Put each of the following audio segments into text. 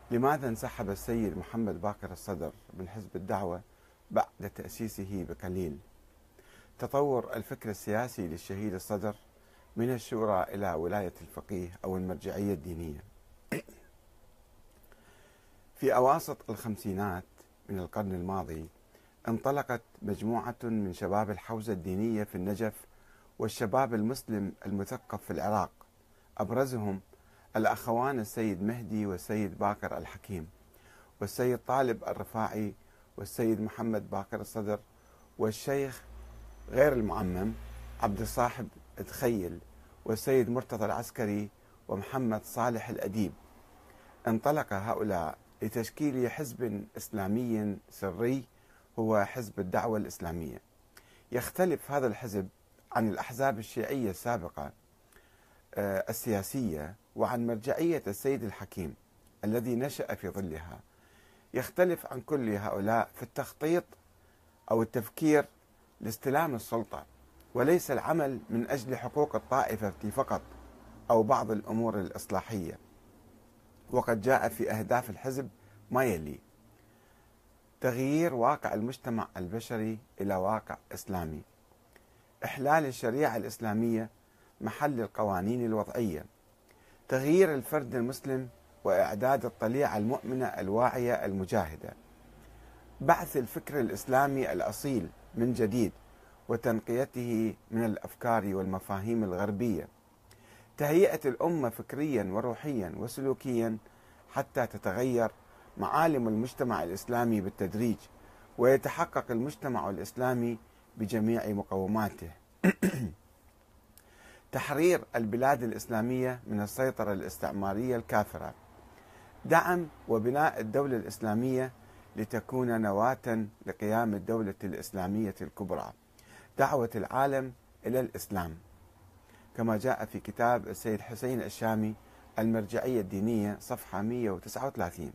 لماذا انسحب السيد محمد باقر الصدر من حزب الدعوة بعد تأسيسه بقليل؟ تطور الفكر السياسي للشهيد الصدر من الشورى إلى ولاية الفقيه أو المرجعية الدينية. في أواسط الخمسينات من القرن الماضي انطلقت مجموعة من شباب الحوزة الدينية في النجف والشباب المسلم المثقف في العراق، أبرزهم الأخوان السيد مهدي والسيد باقر الحكيم والسيد طالب الرفاعي والسيد محمد باقر الصدر والشيخ غير المعمم عبد الصاحب تخيل والسيد مرتضى العسكري ومحمد صالح الأديب. انطلق هؤلاء لتشكيل حزب إسلامي سري هو حزب الدعوة الإسلامية. يختلف هذا الحزب عن الأحزاب الشيعية السابقة السياسية وعن مرجعية السيد الحكيم الذي نشأ في ظلها. يختلف عن كل هؤلاء في التخطيط أو التفكير لاستلام السلطة، وليس العمل من أجل حقوق الطائفة فقط أو بعض الأمور الإصلاحية. وقد جاء في أهداف الحزب ما يلي: تغيير واقع المجتمع البشري إلى واقع إسلامي، إحلال الشريعة الإسلامية محل القوانين الوضعية، تغيير الفرد المسلم وإعداد الطليعة المؤمنة الواعية المجاهدة، بعث الفكر الإسلامي الأصيل من جديد وتنقيته من الأفكار والمفاهيم الغربية، تهيئة الأمة فكريا وروحيا وسلوكيا حتى تتغير معالم المجتمع الإسلامي بالتدريج ويتحقق المجتمع الإسلامي بجميع مقوماته، تحرير البلاد الإسلامية من السيطرة الاستعمارية الكافرة، دعم وبناء الدولة الإسلامية لتكون نواة لقيام الدولة الإسلامية الكبرى، دعوة العالم إلى الإسلام، كما جاء في كتاب السيد حسين الشامي المرجعية الدينية صفحة 139.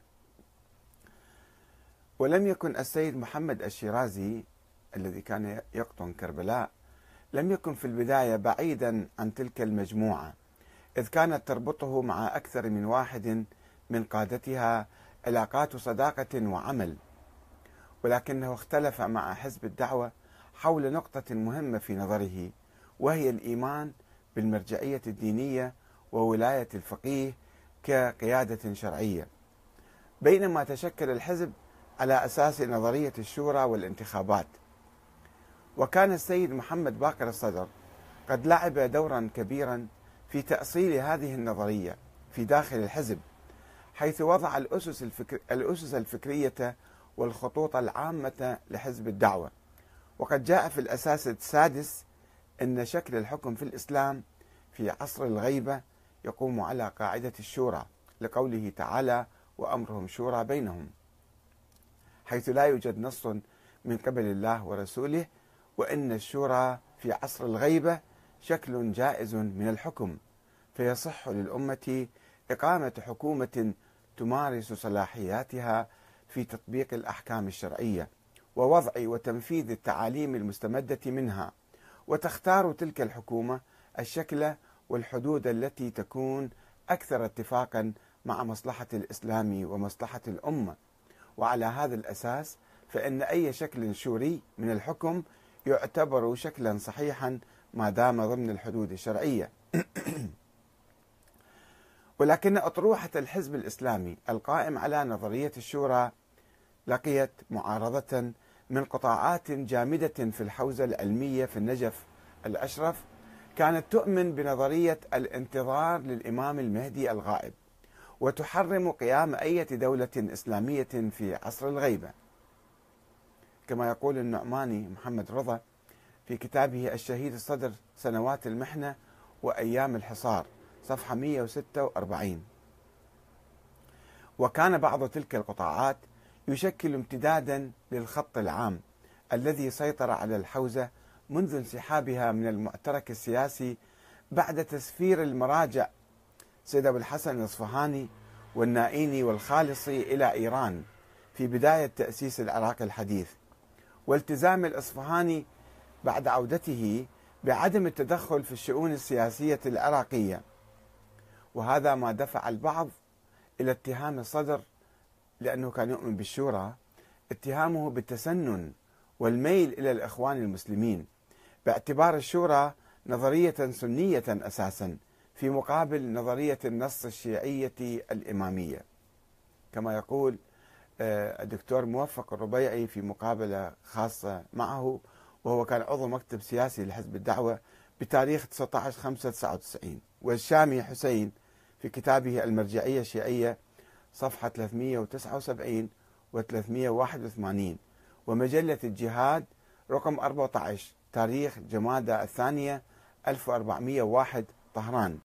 ولم يكن السيد محمد الشيرازي الذي كان يقطن كربلاء لم يكن في البداية بعيدا عن تلك المجموعة، إذ كانت تربطه مع أكثر من واحد من قادتها علاقات صداقة وعمل، ولكنه اختلف مع حزب الدعوة حول نقطة مهمة في نظره، وهي الإيمان بالمرجعية الدينية وولاية الفقيه كقيادة شرعية، بينما تشكل الحزب على أساس نظرية الشورى والانتخابات. وكان السيد محمد باقر الصدر قد لعب دورا كبيرا في تأصيل هذه النظرية في داخل الحزب، حيث وضع الأسس الفكرية والخطوط العامة لحزب الدعوة. وقد جاء في الأساس السادس أن شكل الحكم في الإسلام في عصر الغيبة يقوم على قاعدة الشورى، لقوله تعالى: وأمرهم شورى بينهم، حيث لا يوجد نص من قبل الله ورسوله، وإن الشورى في عصر الغيبة شكل جائز من الحكم، فيصح للأمة إقامة حكومة تمارس صلاحياتها في تطبيق الأحكام الشرعية ووضع وتنفيذ التعاليم المستمدة منها، وتختار تلك الحكومة الشكل والحدود التي تكون أكثر اتفاقا مع مصلحة الإسلام ومصلحة الأمة. وعلى هذا الأساس فإن أي شكل شوري من الحكم يعتبر شكلا صحيحا ما دام ضمن الحدود الشرعية. ولكن أطروحة الحزب الإسلامي القائم على نظرية الشورى لقيت معارضة من قطاعات جامدة في الحوزة العلمية في النجف الأشرف، كانت تؤمن بنظرية الانتظار للإمام المهدي الغائب، وتحرم قيام أي دولة إسلامية في عصر الغيبة، كما يقول النعماني محمد رضا في كتابه الشهيد الصدر سنوات المحنة وأيام الحصار صفحة 146. وكان بعض تلك القطاعات يشكل امتدادا للخط العام الذي سيطر على الحوزة منذ انسحابها من المعترك السياسي بعد تسفير المراجع سيد أبو الحسن الإصفهاني والنائيني والخالصي إلى إيران في بداية تأسيس العراق الحديث، والتزام الإصفهاني بعد عودته بعدم التدخل في الشؤون السياسية العراقية. وهذا ما دفع البعض إلى اتهام الصدر، لأنه كان يؤمن بالشورى، اتهامه بالتسنن والميل إلى الإخوان المسلمين، باعتبار الشورى نظرية سنية أساسا في مقابل نظرية النص الشيعية الإمامية، كما يقول الدكتور موفق الربيعي في مقابلة خاصة معه، وهو كان عضو مكتب سياسي لحزب الدعوة بتاريخ 19/5/99، والشامي حسين في كتابه المرجعية الشيعية صفحة 379 و 381، ومجلة الجهاد رقم 14 تاريخ جمادى الثانية 1401 طهران،